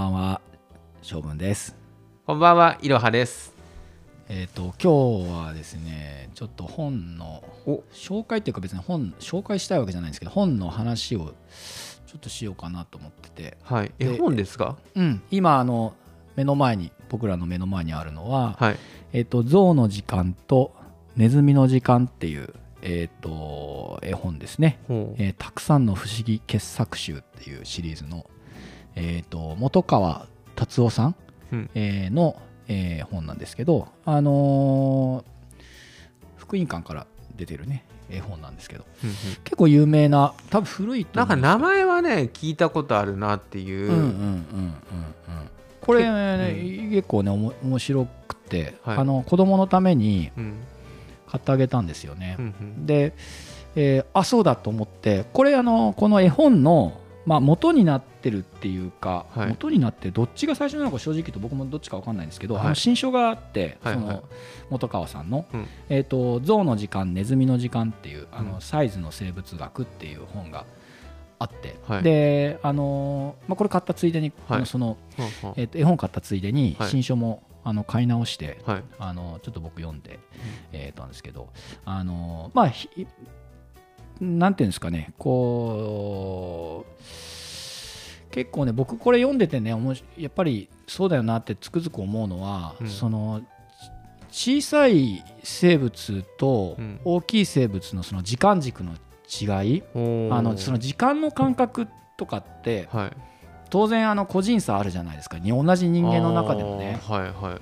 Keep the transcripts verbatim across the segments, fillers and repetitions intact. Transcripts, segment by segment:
ばんは、昌文です。 こんばんは、いろはです。 えっと今日はですね、ちょっと本の紹介っていうか別に本紹介したいわけじゃないんですけど、本の話をちょっとしようかなと思ってて。 はい。絵本ですか？ うん。今あの目の前に僕らの目の前にあるのは、 はい、 えっと象の時間とネズミの時間っていうえっと絵本ですね。えー、たくさんの不思議傑作集っていうシリーズのえっと本川達夫さん、うんえー、のえー、本なんですけど、あのー、福音館から出てるね絵本なんですけど、うんうん、結構有名な、多分古いと思うんですけど、 なんか名前はね聞いたことあるなっていう。うんうんうんうんうん。 これ、ねうん、結構ね面白くて、はい、あの子供のために買ってあげたんですよね。うんうん、で、えー、あそうだと思って、これあのこの絵本のまあ、元になってるっていうか、はい、元になってどっちが最初なのか正直言うと僕もどっちか分かんないんですけど、はい、あの新書があって、はい、その本川さんの、はいえーと「象の時間ネズミの時間」っていうあのサイズの生物学っていう本があって、はい、であの、まあ、これ買ったついでに、はい、あのその、えーと絵本買ったついでに新書もあの買い直して、はい、あのちょっと僕読んで、えー、たんですけど、あのまあなんていうんですかね、こう結構ね僕これ読んでてね、やっぱりそうだよなってつくづく思うのは、うん、その小さい生物と大きい生物のその時間軸の違い、うん、あのその時間の感覚とかって、はい、当然あの個人差あるじゃないですか、同じ人間の中でもね。はいはい、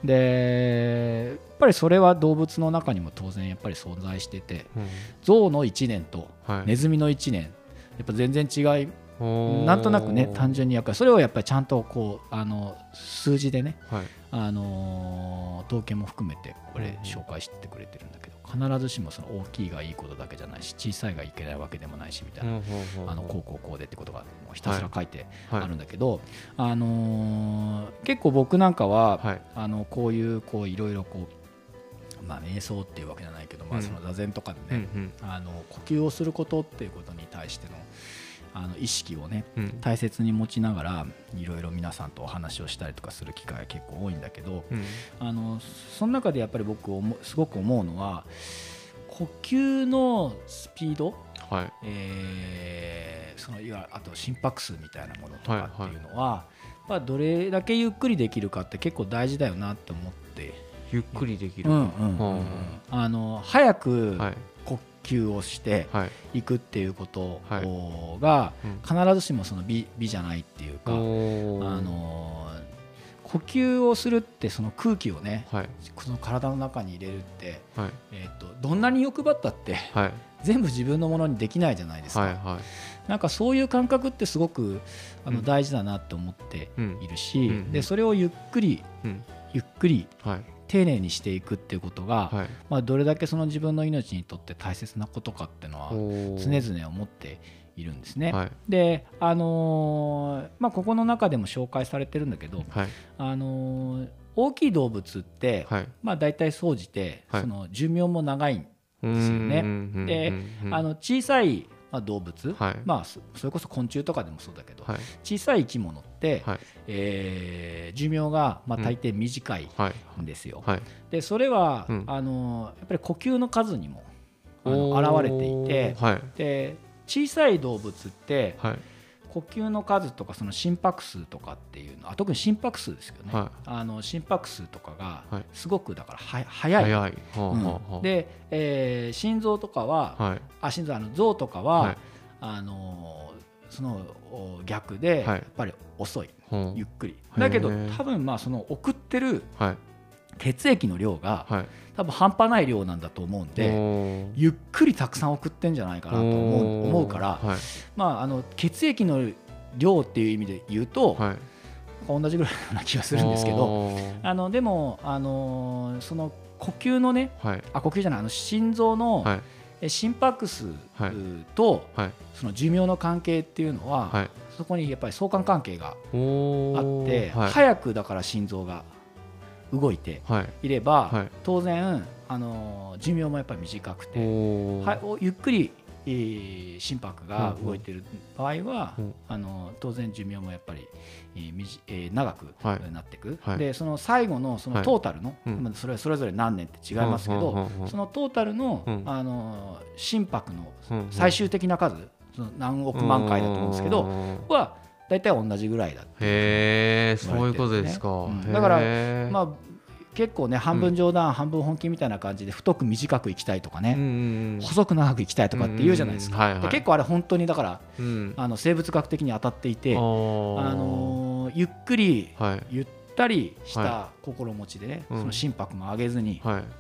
でやっぱりそれは動物の中にも当然やっぱり存在してて、うん、象のいちねんとネズミのいちねん、はい、やっぱ全然違い、なんとなくね単純にやっぱりそれをやっぱりちゃんとこうあの数字でね、はい、あの統計も含めてこれ紹介してくれてるんだけど、必ずしもその大きいがいいことだけじゃないし、小さいがいけないわけでもないしみたいな、あのこうこうこうでってことがもうひたすら書いてあるんだけど、はいはい、あのー、結構僕なんかは、はい、あのこういうこういろいろこうまあ瞑想っていうわけじゃないけど、まあ、その座禅とかでね、うんうん、あの呼吸をすることっていうことに対してのあの意識をね、うん、大切に持ちながらいろいろ皆さんとお話をしたりとかする機会が結構多いんだけど、うん、あのその中でやっぱり僕すごく思うのは呼吸のスピード、はいえー、そのいわゆるあと心拍数みたいなものとかっていうのは、はいはい、どれだけゆっくりできるかって結構大事だよなって思って。 ゆっくりできるか、 うんうんうんうん、あの早く呼吸をしていくっていうことが必ずしもその 美, 美じゃないっていうか、あの呼吸をするってその空気をね、はい、その体の中に入れるって、はいえー、とどんなに欲張ったって、はい、全部自分のものにできないじゃないですか、はいはい、なんかそういう感覚ってすごくあの大事だなって思っているし、うんうん、でそれをゆっくり、うん、ゆっくり、はい丁寧にしていくっていうことが、はいまあ、どれだけその自分の命にとって大切なことかっていうのは常々思っているんですね、はい、で、あのーまあ、ここの中でも紹介されてるんだけど、はいあのー、大きい動物って、はいまあ、大体総じてその寿命も長いんですよね。で、あの小さいまあ、動物、はいまあ、それこそ昆虫とかでもそうだけど、はい、小さい生き物って、はいえー、寿命がまあ大抵短いんですよ、うんはい、でそれは、うん、あのやっぱり呼吸の数にもあの現れていて、はい、で小さい動物って、はい呼吸の数とかその心拍数とかっていうのは特に心拍数ですけどね、はい、あの心拍数とかがすごくだからは速い、はいうん、で、えー、心臓とかは、はい、あ心臓あの臓とかは、はい、あのその逆でやっぱり遅い、はい、ゆっくりだけど多分まあその送ってる血液の量が、はい多分半端ない量なんだと思うんでゆっくりたくさん送ってんじゃないかなと思う、思うから、はいまあ、あの血液の量っていう意味で言うと、はい、同じぐらいな気がするんですけどあのでも、あのその呼吸のね、はい、あ呼吸じゃないあの心臓の心拍数とその寿命の関係っていうのは、はい、そこにやっぱり相関関係があって、はい、早くだから心臓が動いていれば、はいはい、当然、あの寿命もやっぱり短くてはゆっくりえー、心拍が動いている場合は、うんうん、あの当然寿命もやっぱり、えーみじえー、長くなっていく、はい、でその最後のそのトータルの、はい、それはそれぞれ何年って違いますけど、うん、そのトータルの、うん、あの心拍の最終的な数、その何億万回だと思うんですけど、うん、は大体同じぐらいだって、 へー、そういうことですか、うん、 だからまあ結構ね半分冗談、うん、半分本気みたいな感じで太く短くいきたいとかね、うんうん、細く長くいきたいとかって言うじゃないですか、うんうんはいはい、で結構あれ本当にだから、うん、あの生物学的に当たっていて、あのー、ゆっくり、はい、ゆったりした心持ちでね、はい、その心拍も上げずに、うんはい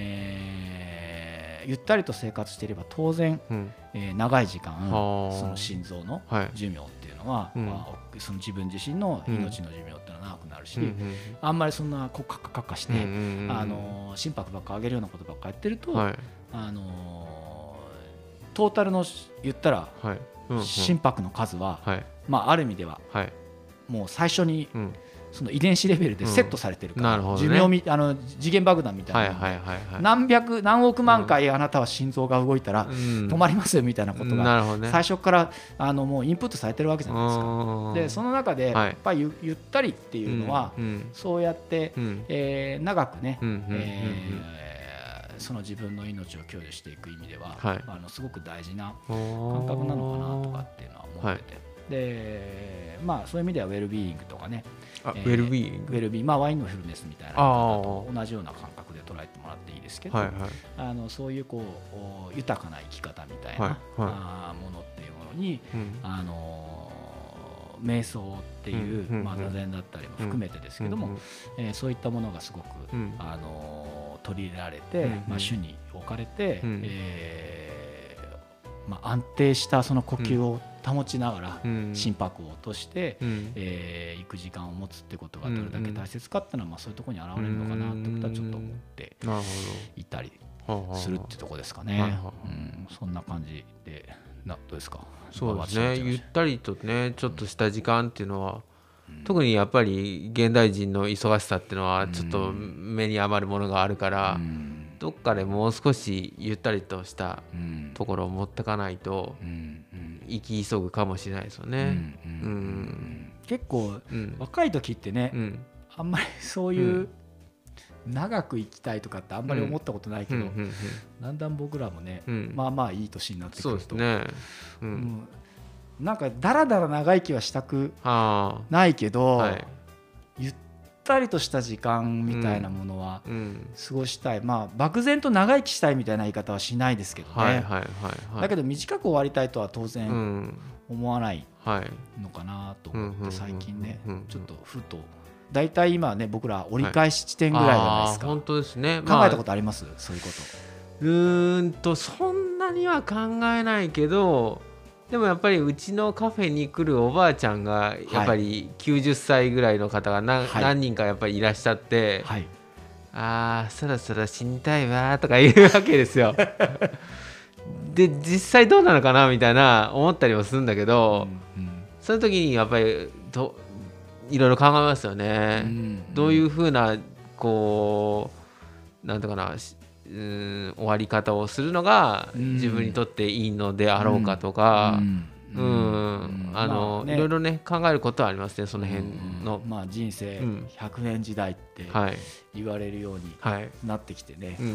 えー、ゆったりと生活していれば当然、うんえー、長い時間その心臓の寿命っていうのは、はいまあ、その自分自身の命の寿命っていうのは長くなるし、うん、あんまりそんなこうカッカカッカして、うんうんうん、あの心拍ばっか上げるようなことばっかやってると、はい、あのトータルの言ったら、はいうんうん、心拍の数は、はいまあ、ある意味では、はい、もう最初に、うんその遺伝子レベルでセットされてるから、うんね、寿命みあの時限爆弾みたいな、はいはいはいはい、何百何億万回あなたは心臓が動いたら止まりますよみたいなことが最初からあのもうインプットされてるわけじゃないですか。でその中でやっぱり ゆ, ゆったりっていうのは、うん、そうやって、うんえー、長くね、うんえー、その自分の命を享受していく意味では、はい、あのすごく大事な感覚なのかなとかっていうのは思ってて、はいでまあ、そういう意味ではウェルビーイングとかねあ、えー、ウェルビーイング、 ウェルビー、まあ、ワインのフルネスみたいなと同じような感覚で捉えてもらっていいですけど、はいはい、あのそういうこう豊かな生き方みたいな、はいはい、あものっていうものに、うん、あの瞑想っていう、うんまあ、座禅だったりも含めてですけども、うんえー、そういったものがすごく、うん、あの取り入れられて、うんまあ、主に置かれて、うんえーまあ、安定したその呼吸を保ちながら心拍を落として、うんえー、行く時間を持つってことがどれだけ大切かっていうのは、まあ、そういうところに現れるのかなってことはちょっと思っていたりするってとこですかね。うん、そんな感じでなどうですか。 そうですね、ゆったりとねちょっとした時間っていうのは、うん、特にやっぱり現代人の忙しさっていうのはちょっと目に余るものがあるから、うん、どっかでもう少しゆったりとしたところを持ってかないと、うん生き急ぐかもしれないですよね、うんうんうん、 結構、うん、若い時ってね、うん、あんまりそういう、うん、長く生きたいとかってあんまり思ったことないけど、うんうんうんうん、だんだん僕らもね、うん、まあまあいい年になってくるとそうですね、うんうん、なんかだらだら長生きはしたくないけど、はい、ゆったりとした時間みたいなものは過ごしたい、うんうん、まあ漠然と長生きしたいみたいな言い方はしないですけどね、はいはいはいはい、だけど短く終わりたいとは当然思わないのかなと思って最近ねちょっとふとだいたい今ね僕ら折り返し地点ぐらいじゃないですか、 はい、本当ですね、 考えたことあります、まあ、そういうこと。 うーんとそんなには考えないけどでもやっぱりうちのカフェに来るおばあちゃんがやっぱりきゅうじゅっさいぐらいの方が 何,、はい、何人かやっぱりいらっしゃって、はい、あーそろそろ死にたいわとか言うわけですよで実際どうなのかなみたいな思ったりもするんだけど、うんうん、そういう時にやっぱりといろいろ考えますよね、うんうん、どういうふうなこうなんていうかなうん終わり方をするのが自分にとっていいのであろうかとか、うんうんうんあのまあね、いろいろね考えることはありますねその辺の、 うんまあ、人生ひゃくねん時代って言われるようになってきてね、はいうんうん、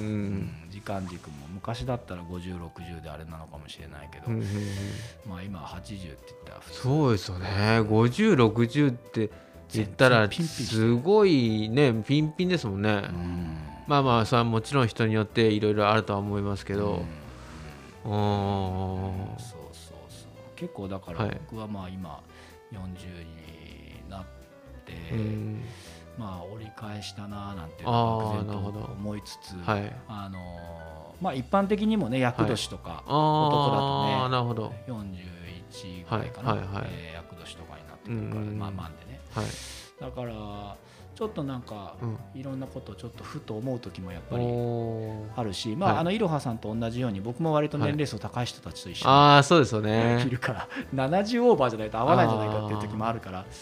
時間軸も昔だったらごじゅうろくじゅうであれなのかもしれないけど、うんうんまあ、今ははちじゅうって言ったら普通そうですよねごじゅうろくじゅうって言ったらすごいねピンピンですもんね、うんまあまあそれはもちろん人によっていろいろあるとは思いますけど、うん、うんそうそうそう結構だから僕はまあ今よんじゅうになって、はい、まあ折り返したななんていうのを漠然と思いつつ、はい、あのまあ一般的にもね厄年とか、はい、男だとねなるほどよんじゅういちぐらいかな、はいはいはいえー、厄年とかになってくるから、うんまあまあでね、はい、だからちょっとなんかいろんなことをちょっとふと思う時もやっぱりあるし、まああのいろはさんと同じように僕も割と年齢層高い人たちと一緒に生きるからななじゅうオーバーじゃないと合わないんじゃないかっていう時もあるから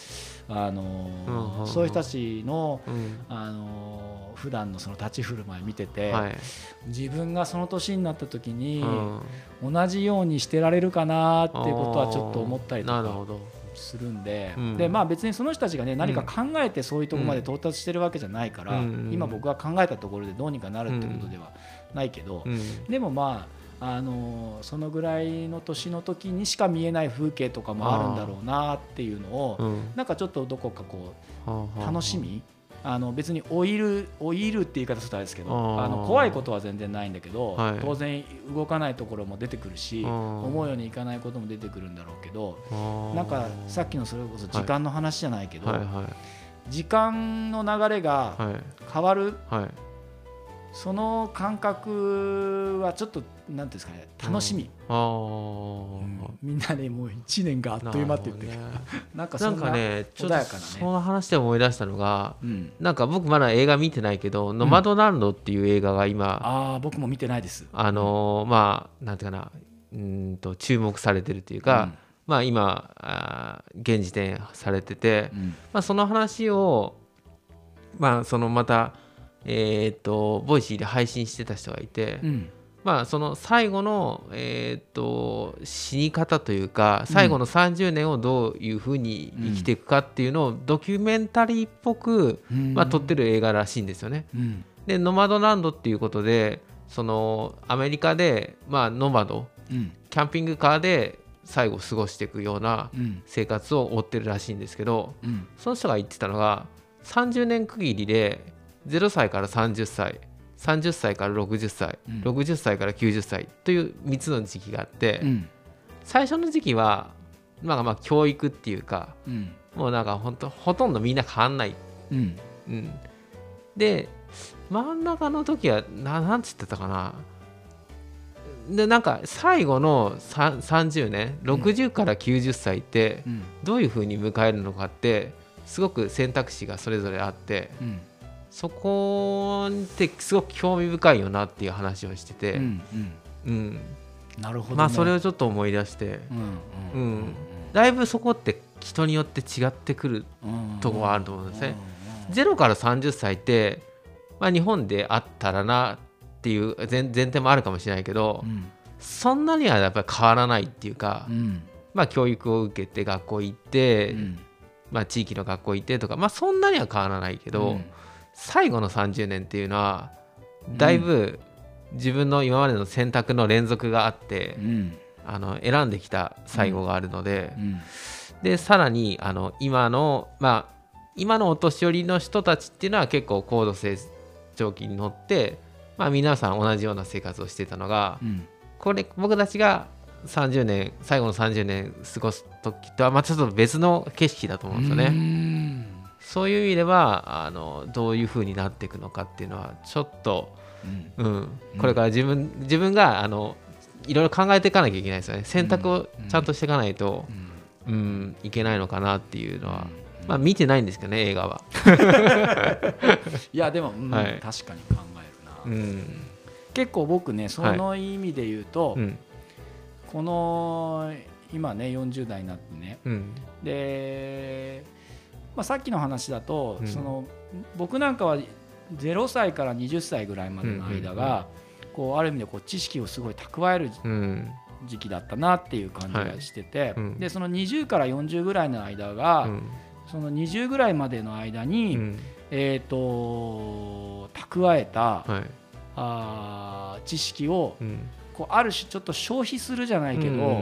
あのーうん、そういう人たちの、うん、あのー、普段のその立ち振る舞い見てて、はい、自分がその年になった時に、うん、同じようにしてられるかなっていうことはちょっと思ったりとかするんで、うん、でまあ、別にその人たちがね何か考えてそういうところまで到達してるわけじゃないから、うん、今僕が考えたところでどうにかなるってことではないけど、うん、でもまああのそのぐらいの年の時にしか見えない風景とかもあるんだろうなっていうのを、うん、なんかちょっとどこかこう楽しみ、あの別に老いる老いるって言い方するとあれですけど、あの怖いことは全然ないんだけど、はい、当然動かないところも出てくるし、思うようにいかないことも出てくるんだろうけど、なんかさっきのそれこそ時間の話じゃないけど、はいはいはい、時間の流れが変わる、はいはい、その感覚はちょっとなんていうんですかね、楽しみ、うん、うん、みんなでもういちねんがあっという間って言ってる、ね、なんかそんな穏やかなね、 その話で思い出したのが、うん、なんか僕まだ映画見てないけど、ノマドランドっていう映画が今、うん、 あ僕も見てないです。 あのー、まあなんていうかな、うんと注目されてるというか、うん、まあ今あ現時点されてて、うん、まあ、その話をまあそのまたえー、とボイシーで配信してた人がいて、うん、まあその最後の、えー、と死に方というか最後のさんじゅうねんをどういうふうに生きていくかっていうのをドキュメンタリーっぽく、うん、まあ、撮ってる映画らしいんですよね、うん、でノマドランドっていうことでそのアメリカで、まあ、ノマド、うん、キャンピングカーで最後過ごしていくような生活を追ってるらしいんですけど、うん、その人が言ってたのがさんじゅうねん区切りでゼロさいからさんじゅっさい、さんじゅっさいからろくじゅっさい、うん、ろくじゅっさいからきゅうじゅっさいというみっつの時期があって、うん、最初の時期は、まあ、まあ教育っていうか、うん、もうなんかほんとほとんどみんな変わんない、うんうん、で真ん中の時はななんつってたかな、でなんか最後のさんじゅうねんろくじゅうからきゅうじゅっさいってどういう風に迎えるのかってすごく選択肢がそれぞれあって、うん、そこってすごく興味深いよなっていう話をしてて、うんうんうん、なるほどね、まあ、それをちょっと思い出して、うんうんうん、だいぶそこって人によって違ってくるところはあると思うんですね、うんうんうん、ゼロからさんじゅっさいって、まあ、日本であったらなっていう前提もあるかもしれないけど、うん、そんなにはやっぱり変わらないっていうか、うんまあ、教育を受けて学校行って、うんまあ、地域の学校行ってとか、まあ、そんなには変わらないけど、うん最後のさんじゅうねんっていうのはだいぶ自分の今までの選択の連続があって、うん、あの選んできた最後があるので、うんうん、でさらにあの今のまあ今のお年寄りの人たちっていうのは結構高度成長期に乗って、まあ、皆さん同じような生活をしていたのが、うん、これ僕たちがさんじゅうねん最後のさんじゅうねん過ごす時とはまたちょっと別の景色だと思うんですよね。うんそういう意味ではあのどういう風になっていくのかっていうのはちょっと、うんうん、これから自分、自分があのいろいろ考えていかなきゃいけないですよね。選択をちゃんとしていかないと、うんうん、いけないのかなっていうのは、まあ、見てないんですけどね映画は。 いやでも、うんはい、確かに考えるな、うん、結構僕ねその意味で言うと、はいうん、この今ねよんじゅう代になってね、うん、でまあ、さっきの話だと、うん、その僕なんかはゼロさいからはたちぐらいまでの間が、こうある意味でこう知識をすごい蓄える時期だったなっていう感じがしてて、はいうん、でそのにじゅうからよんじゅうぐらいの間が、うん、そのにじゅうぐらいまでの間に、うん、えーと蓄えた、はい、あ知識を、うんこうある種ちょっと消費するじゃないけど、うんうん、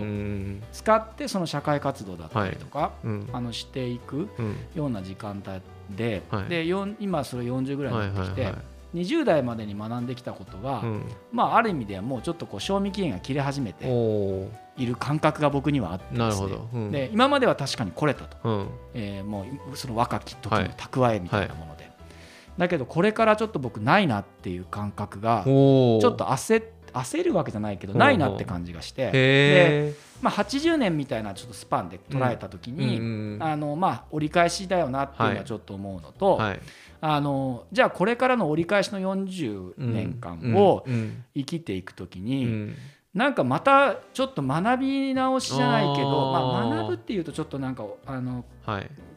使ってその社会活動だったりとか、はいうん、あのしていくような時間帯で、はい、で今それよんじゅうぐらいになってきて、はいはいはい、にじゅう代までに学んできたことが、うん、まあある意味ではもうちょっとこう賞味期限が切れ始めている感覚が僕にはあってですね、うん、で今までは確かに来れたと、うんえー、もうその若き時の蓄えみたいなもので、はいはい、だけどこれからちょっと僕ないなっていう感覚がちょっと焦って焦るわけじゃないけどないなって感じがしてで、まあ、はちじゅうねんみたいなちょっとスパンで捉えた時に、うんあのまあ、折り返しだよなっていうのはちょっと思うのと、はい、あのじゃあこれからの折り返しのよんじゅうねんかんを生きていく時に、うん、なんかまたちょっと学び直しじゃないけど、まあ、学ぶっていうとちょっとなんかあの、はい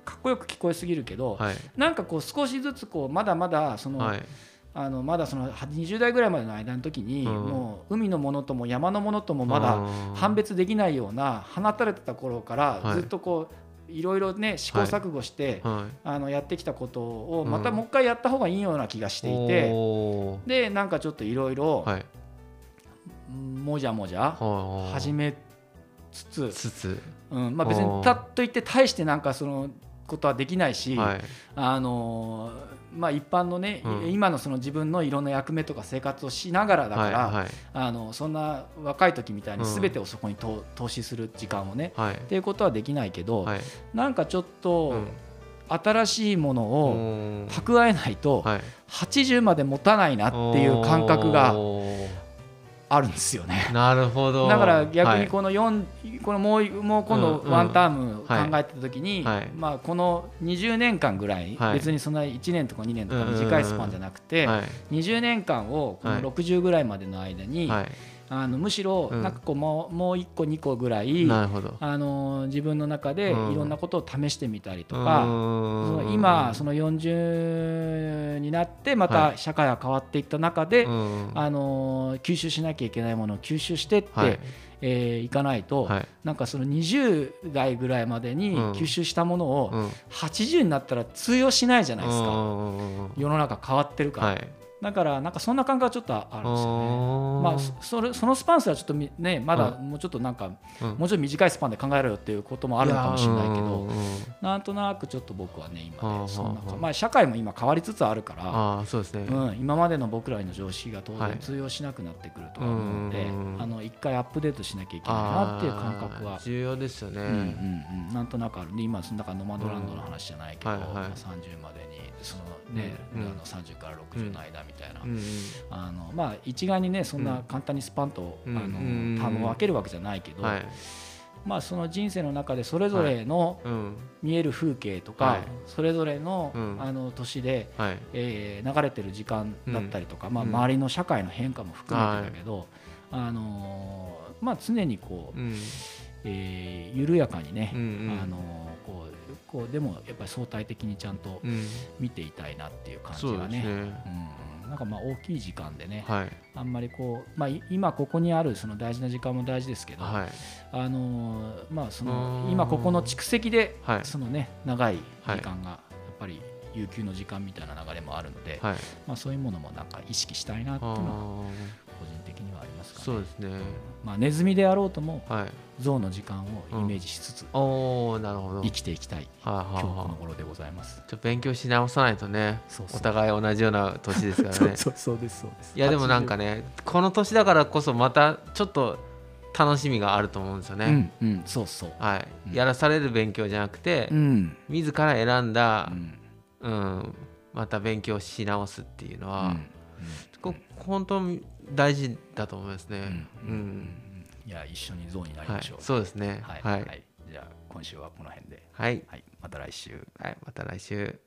かっこよく聞こえすぎるけど、はい、なんかこう少しずつこうまだまだその、はい、あのまだそのにじゅう代ぐらいまでの間の時に、うん、もう海のものとも山のものともまだ判別できないような放たれてた頃からずっとこういろいろね試行錯誤して、はいはい、あのやってきたことをまたもう一回やった方がいいような気がしていて、うん、でなんかちょっといろいろもじゃもじゃ始めつつ、つつうんまあ、別にたっといって大してなんかそのことはできないし、はい、あのまあ、一般のね、うん、今のその自分のいろんな役目とか生活をしながらだから、はいはい、あのそんな若い時みたいに全てをそこにと、うん、投資する時間をね、はい、っていうことはできないけど、はい、なんかちょっと、うん、新しいものを蓄えないとはちじゅうまで持たないなっていう感覚があるんですよね。 なるほど。 だから逆にこのよん、はい、このもうもう今度ワンターム考えてた時に、はい、まあこのにじゅうねんかんぐらい、はい、別にそんないちねんとかにねんとか短いスパンじゃなくて、はい、にじゅうねんかんをこのろくじゅうぐらいまでの間に、はい、あのむしろなんかこうもう、もういっこにこぐらい、あの自分の中でいろんなことを試してみたりとか、うん、その今そのよんじゅうになってまた社会が変わっていった中で、はい、あの吸収しなきゃいけないものを吸収してって、はいえー、いかないと、はい、なんかそのにじゅう代ぐらいまでに吸収したものをはちじゅうになったら通用しないじゃないですか、うん、世の中変わってるから、はいだからなんかそんな感覚がちょっとあるんですよね。まあそれそのスパンスはちょっとねまだもうちょっとなんか、うん、もうちょっと短いスパンで考えろよっていうこともあるのかもしれないけど、なんとなくちょっと僕はね今ねそんなまあ社会も今変わりつつあるから、 あそうですね、 うん、今までの僕らの常識が当然通用しなくなってくるとは思うので、はい、あの一回アップデートしなきゃいけないなっていう感覚は重要ですよね。うんうんうん、なんとなくある。で今だからノマドランドの話じゃないけど、はいはいまあ、さんじゅうまでにそのね、うん、あのさんじゅうからろくじゅうの間みたいな、うんうん、あのまあ一概にねそんな簡単にスパンと、うん、あのタームを分けるわけじゃないけど、はい、まあその人生の中でそれぞれの見える風景とか、はい、それぞれの、うん、あの年で、はいえー、流れてる時間だったりとか、うんまあ、周りの社会の変化も含めてだけど、はい、あのまあ常にこう、うんえー、緩やかにね、うんうん、あのこうこうでもやっぱり相対的にちゃんと見ていたいなっていう感じがね、うんうん、なんかまあ大きい時間でね、はい、あんまりこう、まあ、今ここにあるその大事な時間も大事ですけど、はい、あのまあその今ここの蓄積でそのね長い時間がやっぱり有給の時間みたいな流れもあるので、はいまあ、そういうものもなんか意識したいなっていうのは個人的にはありますかね。 そうですね、 まあ、ネズミであろうとも、はい、象の時間をイメージしつつ、うん、おなるほど生きていきたい、はあはあ、今日この頃でございます。 ちょっと勉強し直さないとね。そうそうお互い同じような年ですからねそうそうそうですそうです。 いやでもなんかねこの年だからこそまたちょっと楽しみがあると思うんですよね。 うんうん、そうそう、 はいうん、やらされる勉強じゃなくて、うん、自ら選んだ、うんうん、また勉強し直すっていうのは、うんうん、こ本当に大事だと思いますね。うんうんうん、 いや一緒に象になりましょう。 はい、そうですね。 はい、はいはい、じゃあ今週はこの辺で。 はい、 はい、また来週。 はい、また来週。